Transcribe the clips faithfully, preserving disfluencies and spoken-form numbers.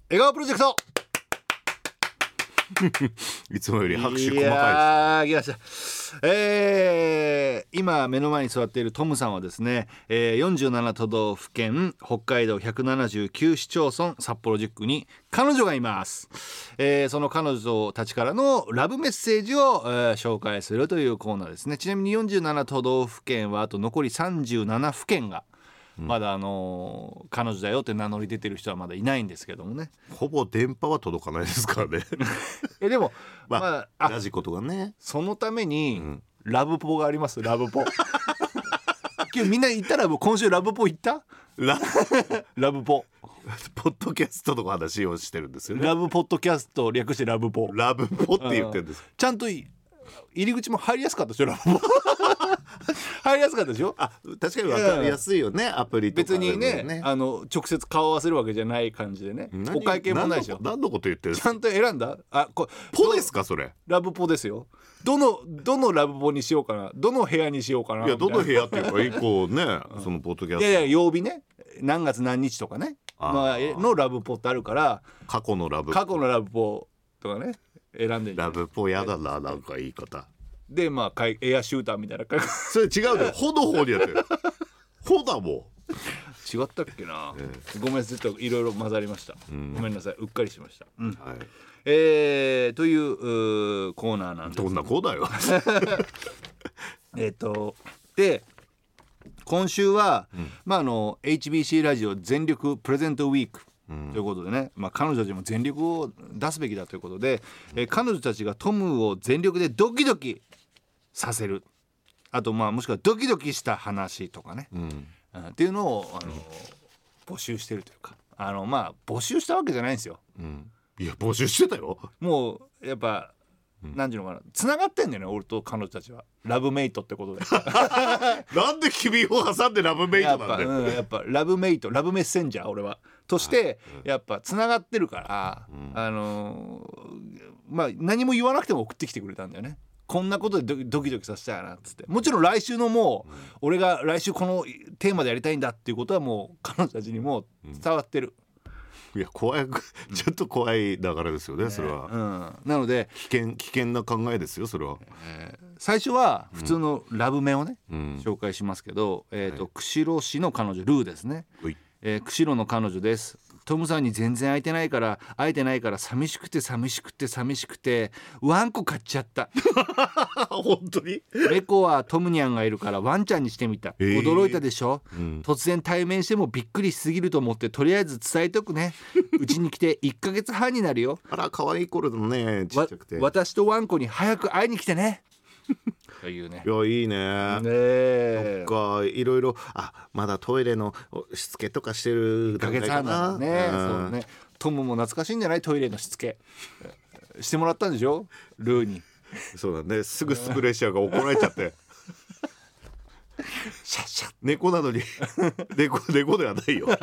笑顔プロジェクトいつもより拍手細かいです、ね、 いやー来ました、えー、今目の前に座っているトムさんはですね、えー、よんじゅうなな都道府県北海道ひゃくななじゅうきゅう市町村札幌じゅっ区に彼女がいます、えー、その彼女たちからのラブメッセージを、えー、紹介するというコーナーですね。ちなみによんじゅうなな都道府県はあと残りさんじゅうなな府県がまだあのー、彼女だよって名乗り出てる人はまだいないんですけどもね。 ほぼ電波は届かないですからねえでも、 まあ、 まあ、あラジコとかね、 そのために、 うん、 ラブポがあります。ラブポ今日みんな言ったら今週ラブポ行ったラ, ラブポポッドキャストとか話をしてるんですよね。 ラブポッドキャスト略してラブポラブポって言ってるんです。 ちゃんと入り口も入りやすかったでしょ。ラブポ入りやすかったでしょ。 あ、確かに分かりやすいよね、アプリとか別に ね, ねあの直接顔合わせるわけじゃない感じでね。お会計もないでしょ。 何のこと言ってるんですか。ちゃんと選んだ。あこポですかそれ。 ラブポですよ。どのどのラブポにしようかな、どの部屋にしようかな。 いやどの部屋っていうか一個ね、うん、そのポッドキャストいやいや曜日ね、何月何日とかねまあ、のラブポってあるから過去のラブ過去のラブポとかね選んでラブポやだな、なんか言い方でまあエアシューターみたいなそれ違うよほの方にやってるほだもん違ったっけな、えー、ごめんなさいちょっといろいろ混ざりました、うん、ごめんなさいうっかりしました、うんはいえー、という、うコーナーなんです。 どんなコーナーよえっとで今週は、うんまあ、あの エイチビーシー ラジオ全力プレゼントウィークということでね、まあ、彼女たちも全力を出すべきだということで、えー、彼女たちがトムを全力でドキドキさせる、あとまあもしくはドキドキした話とかね、うん、っていうのをあの、うん、募集してるというか、あのまあ募集したわけじゃないんですよ、うん、 いや募集してたよ。 もうやっぱ何ていうのかな、つながってんだよね俺と彼女たちは。ラブメイトってことでなんで君を挟んでラブメイトなんだよ。 やっぱ、うん、やっぱラブメイトラブメッセンジャー俺はとしてやっぱつながってるから、うん、あのー、まあ何も言わなくても送ってきてくれたんだよね。こんなことでドキドキさせたいなっつって。もちろん来週のもう、うん、俺が来週このテーマでやりたいんだっていうことはもう彼女たちにも伝わってる、 うん、いや怖いちょっと怖い流れですよねそれは、 ねうん、なので危険危険な考えですよそれは、 えー、最初は普通のラブメをね、うん、紹介しますけど、えーとはい、釧路市の彼女ルーですね、えー、釧路の彼女です。トムさんに全然会えてないから会えてないから寂しくて寂しくて寂しくてワンコ買っちゃった本当に猫はトムニャンがいるからワンちゃんにしてみた、えー、驚いたでしょ、うん、突然対面してもびっくりしすぎると思ってとりあえず伝えとくねうちに来ていっかげつはんになるよあら可愛い頃のねちっちゃくて私とワンコに早く会いに来てねというね。 いやいいね。ねえ。そっかいろいろあまだトイレのしつけとかしてる段階かな。 いっかげつはんだね、うん、そうね。トムも懐かしいんじゃないトイレのしつけしてもらったんでしょルーに。 そうだねすぐスプレーしちゃうから怒られちゃってシャッシャッ猫なのに猫猫ではないよ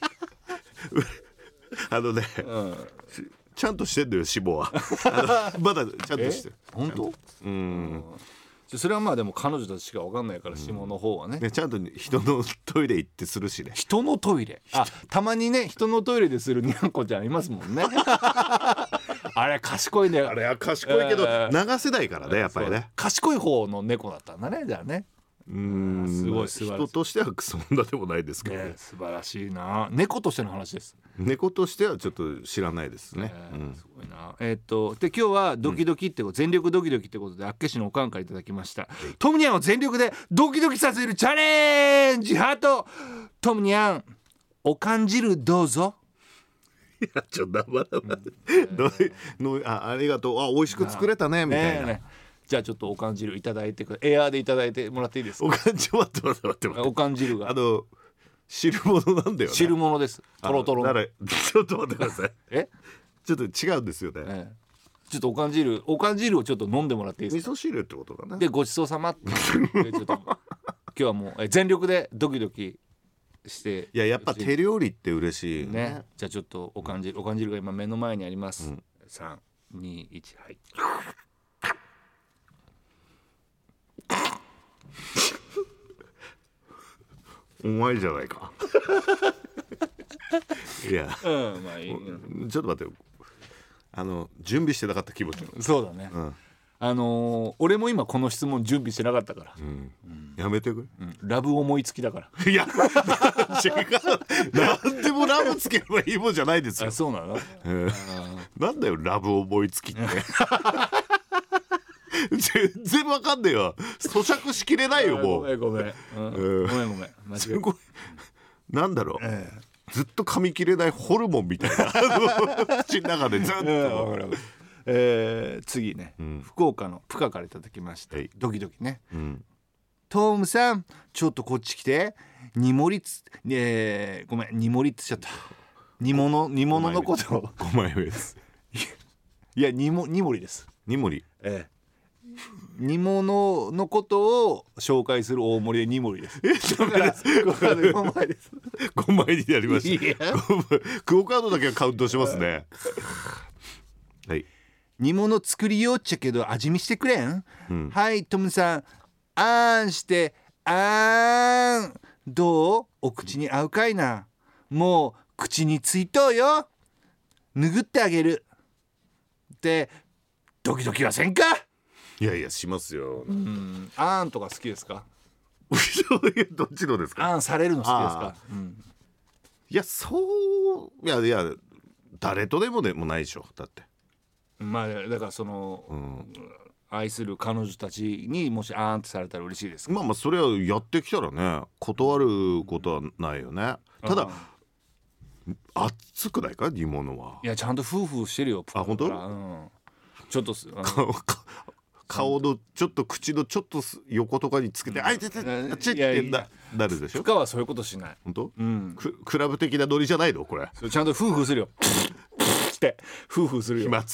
あのね、うんちゃんとしてんだよ脂肪はまだちゃんとしてる。 本当？うん。それはまあでも彼女たちしか分かんないから脂肪の方はね、うん、 ねちゃんと人のトイレ行ってするしね。 人のトイレあたまにね人のトイレでするにゃんこちゃんいますもんねあれ賢いね。 あれは賢いけど、えー、流せないからねやっぱりね。 賢い方の猫だったんだねじゃあね。 うんすごい素晴らしい。人としてはそんなでもないですけどね、 ね素晴らしいな。猫としての話です。 猫としてはちょっと知らないですね、 えーうん、すごいな。えー、っとで今日はドキドキってこと、うん、全力ドキドキってことで厚岸のおかんからいただきました、はい、トムニャンを全力でドキドキさせるチャレンジハート。トムニャンおかん汁どうぞ。 いやちょっと生々のあありがとうあ美味しく作れたねみたいな、ねじゃあちょっとおかん汁いただいてくエアーでいただいてもらっていいですか。 おかん汁待って待って待って待っておかん汁があの汁物なんだよね。汁物ですトロトロの。 ちょっと待ってくださいえちょっと違うんですよね、ええ、 ちょっとおかん汁おかん汁をちょっと飲んでもらっていいですか。 味噌汁ってことかな。 でごちそうさまってちょっと今日はもうえ全力でドキドキしていややっぱ手料理って嬉しい ね, ねじゃあちょっとおかん汁、うん、おかん汁が今目の前にあります、うん、さんにいちはいうまいじゃないかいや、 うんまあいい、うん、ちょっと待ってよ、あの準備してなかった気持ち。 そうだね、 うん、 あのー、俺も今この質問準備してなかったから、 うんうん、やめてくれ、 うん、ラブ思いつきだからいや違う、何でもラブつければいいもんじゃないですよ。 あそうなの、 えー、なんだよラブ思いつきって全然わかんねえよ、咀嚼しきれないよもう。 ごめんごめん、うん、ごめんごめん間違すごいなんだろう、 ええ、ずっと噛み切れないホルモンみたいな口の中でずっと、 ええー、次ね、うん、福岡のプカからいただきました、はい、ドキドキね、うん、トムさんちょっとこっち来て、煮盛りつ、えー、ごめん煮盛りって言っちゃった、煮物煮物のことをごまいめですいや煮も煮盛りです、 煮盛り、 ええ煮物のことを紹介する大盛りで煮盛りです。え、だからごまいです。 ごまいになりました。クオカードだけはカウントしますね。はい。 煮物作りよっちゃけど味見してくれん？うん、はい、トムさん、あーんしてあーん、どう？お口に合うかいな。もう口についとうよ。拭ってあげる。ってドキドキはせんか？ いやいやしますよ。 うん、あーんとか好きですか？ どっちのですか？ あーんされるの好きですか？うん、 いやそういやいや誰とでもでもないでしょ。だってまあだからその、うん、愛する彼女たちにもしあーんってされたら嬉しいですか？ まあまあそれはやってきたらね断ることはないよね。ただ熱くないか煮物は。 いやちゃんと夫婦してるよ。 あ本当？うん、ちょっと顔のちょっと口のちょっと横とかにつけて、あいててあっちってななるでしょ。 深はそういうことしない。 本当？うん。クラブ的なノリじゃないのこれ。 ちゃんと夫婦するよ。って夫婦するよ。 飛沫。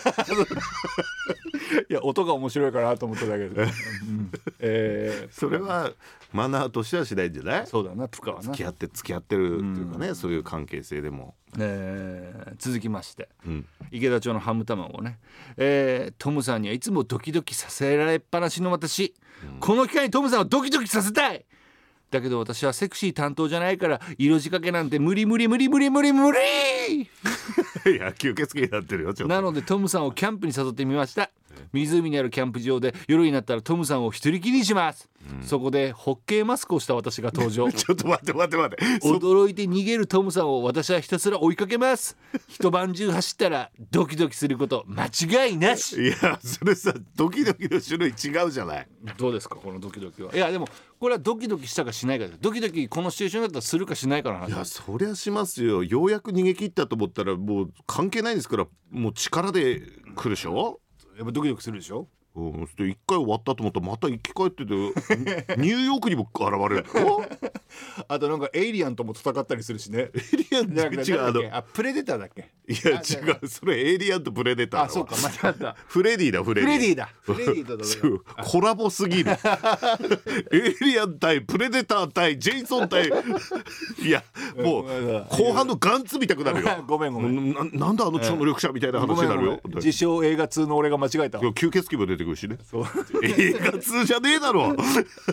いや音が面白いかなと思っただけで、うんえー、 それはマナーとしてはしないんじゃない？ そうだな、プカはな付き合って付き合ってるっていうかね、うん、そういう関係性でも、 えー、続きまして、うん、池田町のハム卵ね、えー、トムさんにはいつもドキドキさせられっぱなしの私、うん、この機会にトムさんをドキドキさせたい。だけど私はセクシー担当じゃないから色仕掛けなんて無理無理無理無理無理無理野球受付になってるよちょっと。 なのでトムさんをキャンプに誘ってみました。湖にあるキャンプ場で夜になったらトムさんを一人きりにします、うん、そこでホッケーマスクをした私が登場。 ちょっと待って待って待って驚いて逃げるトムさんを私はひたすら追いかけます。一晩中走ったらドキドキすること間違いなし。 いやそれさドキドキの種類違うじゃない。 どうですかこのドキドキは。いやでもこれはドキドキしたかしないかです。ドキドキこのシチュエーションだったらするかしないかの話。 いやそりゃしますよ。ようやく逃げ切ったと思ったらもう関係ないですから、もう力で来るでしょ。 やっぱドキドキするでしょ。 うん、そして一回終わったと思ったらまた生き返っててニューヨークにも現れるあとなんかエイリアンとも戦ったりするしね。 エイリアン違うあのあプレデターだっけ。 いや違うそれエイリアンとプレデター。 あそうか間違った。 フレディだフレディ。 フレディだフレディとだコラボすぎるエイリアン対プレデター対ジェイソン対いやもう後半のガンツ見たくなるよ。 ごめんごめんな, なんだあの超能力者みたいな話になるよ。 自称映画通の俺が間違えた。 吸血鬼も出てくるしね。そう映画通じゃねえだろ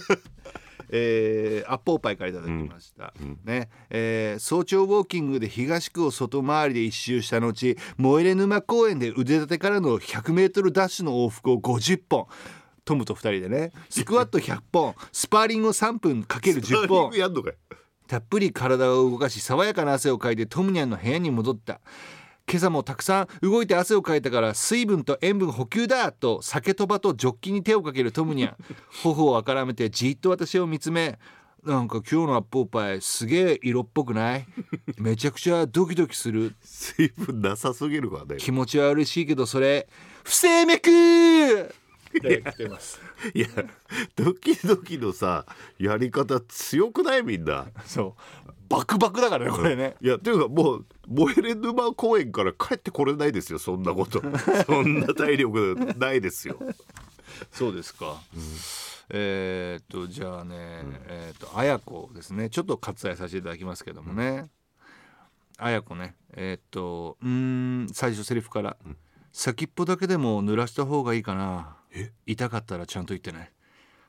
えー、アッポーパイからいただきました、うんねえー、早朝ウォーキングで東区を外回りで一周した後燃えれ沼公園で腕立てからのひゃくメートルダッシュの往復をごじゅっぽんトムとふたりでねスクワットひゃっぽんスパーリングをさんぷんかけるじゅっぽんやんのかい。 たっぷり体を動かし爽やかな汗をかいてトムニャンの部屋に戻った。今朝もたくさん動いて汗をかいたから水分と塩分補給だと酒とばとジョッキに手をかけるトムニャン。頬をあからめてじっと私を見つめ、なんか今日のアップルパイすげえ色っぽくない？めちゃくちゃドキドキする。 水分なさすぎるわね。 気持ちは嬉しいけどそれ不整脈って来てます。 いやドキドキのさやり方強くないみんな。 そうバクバクだからねこれね。 いやというかもう燃えれ沼公園から帰ってこれないですよそんなことそんな体力ないですよ。 そうですか、うん、えー、っとじゃあね、うん、えー、っとあやこですね。ちょっと割愛させていただきますけどもね、あやこねえー、っとうーん最初セリフから、うん、先っぽだけでも濡らした方がいいかな。え痛かったらちゃんと言ってね。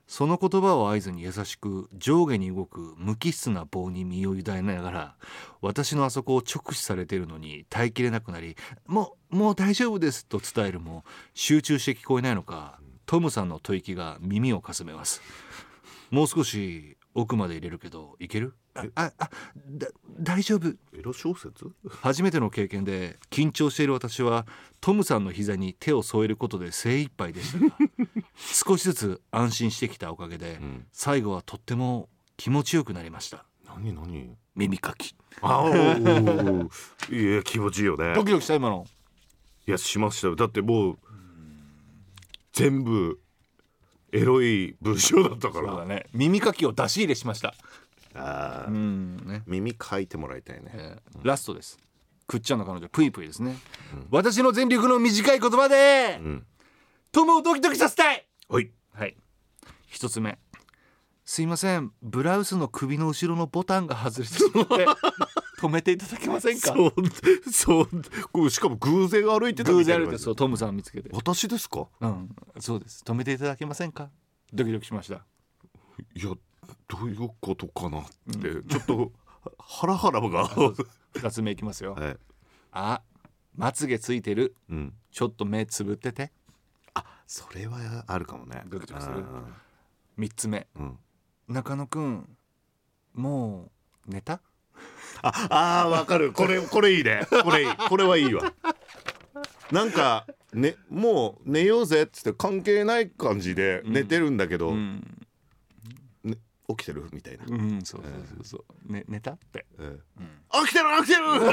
その言葉を合図に優しく上下に動く無機質な棒に身を委ねながら、私のあそこを直視されているのに耐えきれなくなり、もうもう大丈夫ですと伝えるも集中して聞こえないのか、トムさんの吐息が耳をかすめます。もう少し奥まで入れるけどいける？あああだ大丈夫。 エロ小説？ 初めての経験で緊張している私はトムさんの膝に手を添えることで精一杯でしたが少しずつ安心してきたおかげで、うん、最後はとっても気持ちよくなりました。 何何？ 耳かき。 ああいや気持ちいいよね。 ドキドキした今の。 いやしましたよ。だってもう全部エロい文章だったから。 そうだね、耳かきを出し入れしました。 あ、 うんね、 耳かいてもらいたいね、 えーうん、ラストです。くっちゃんの彼女ぷいぷいですね、うん、私の全力の短い言葉で、うん、トムをドキドキさせたい。 はい、 はい、一つ目、すいませんブラウスの首の後ろのボタンが外れてしまって止めていただけませんか。 そうそうしかも偶然歩いてたみたいな。 偶然歩いてそうトムさん見つけて、 私ですか？ うんそうです、止めていただけませんか。ドキドキしました。 いやどういうことかなって、うん、ちょっとハラハラがふたつめいきますよ、 はい、 あまつげついてる、 うん、 ちょっと目つぶってて。 あそれはあるかもね。 ドキドキする。みっつめ、 うん、 中野くんもう寝た？ ああわかる。これこれいいね。これいいこれはいいわ。なんかねもう寝ようぜっつって関係ない感じで寝てるんだけど、うんね、起きてるみたいな。 うんそうそうそうそう、えーね、寝たって、えーうん、起きてる起きてる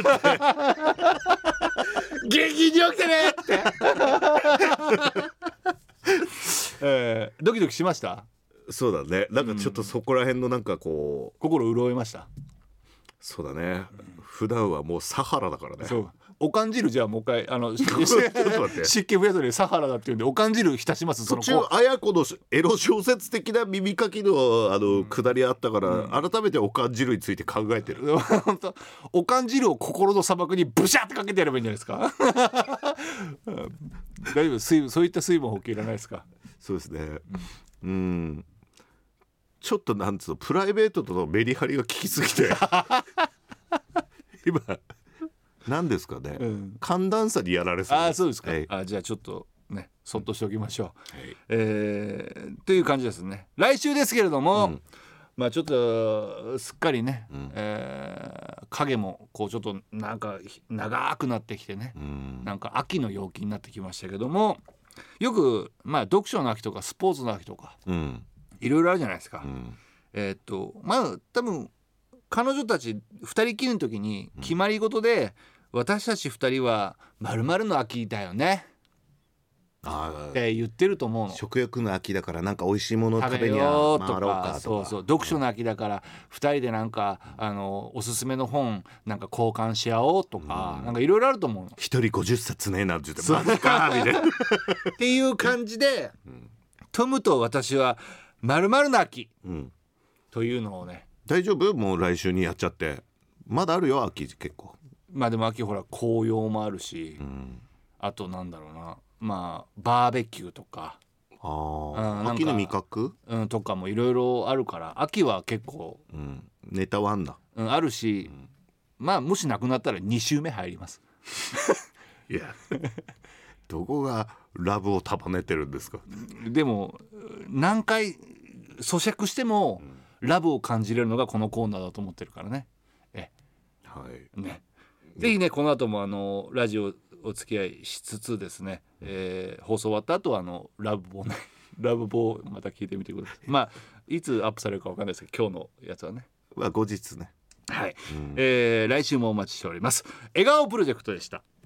元気に起きてねって、えー、ドキドキしました。 そうだね。なんかちょっとそこら辺のなんかこう、 うん、心潤いました。 そうだね、うん、普段はもうサハラだからね。 そうおかん汁じゃあもう一回あの湿気増やすでサハラだっていうんでおかん汁浸します。 途中綾子のエロ小説的な耳かきのあの下りあったから、うん、改めておかん汁について考えてる。 本当おかん汁を心の砂漠にブシャってかけてやればいいんじゃないですか。大丈夫、水分そういった水分補給いらないですか。 そうですね、うん、うんちょっとなんつうのプライベートとのメリハリが効きすぎて今何ですかね、うん、寒暖差にやられそうです。 あそうですか、はい、あじゃあちょっとねそっとしておきましょう、はいえー、という感じですね。来週ですけれども、うん、まあちょっとすっかりね、うんえー、影もこうちょっとなんか長くなってきてね、うん、なんか秋の陽気になってきましたけども、よくまあ読書の秋とかスポーツの秋とか、うんいろいろあるじゃないですか、うん、えー、っとまあ多分彼女たちふたりきりの時に決まり事で、うん、私たちふたりは〇〇の秋だよねって言ってると思うの。 食欲の秋だからなんか美味しいものを食べに回ろうかとか、 そうそう読書の秋だからふたりでなんかあのおすすめの本なんか交換し合おうとか、うん、なんかいろいろあると思うの。 一人ごじゅっさつねなんて言ってマジかみたいなっていう感じで、うん、トムと私は〇〇の秋、うん、というのをね。 大丈夫？もう来週にやっちゃってまだあるよ秋結構。 まあでも秋ほら紅葉もあるし、うん、あとなんだろうなまあバーベキューとかあ、うん、秋の味覚、 うん、とかもいろいろあるから秋は結構、 うん、ネタはあんだ、 うん、あるし、うん、まあもしなくなったらに週目入りますいやどこがラブを束ねてるんですか。 でも何回咀嚼してもラブを感じれるのがこのコーナーだと思ってるからね。え、はいね、ぜひねこの後もあのラジオお付き合いしつつですね、えー、放送終わった後はあのラブボねラブボをまた聞いてみてください。まあいつアップされるか分かんないですけど今日のやつはね、 まあ、後日ね。 はい、うんえー、来週もお待ちしております。笑顔プロジェクトでした。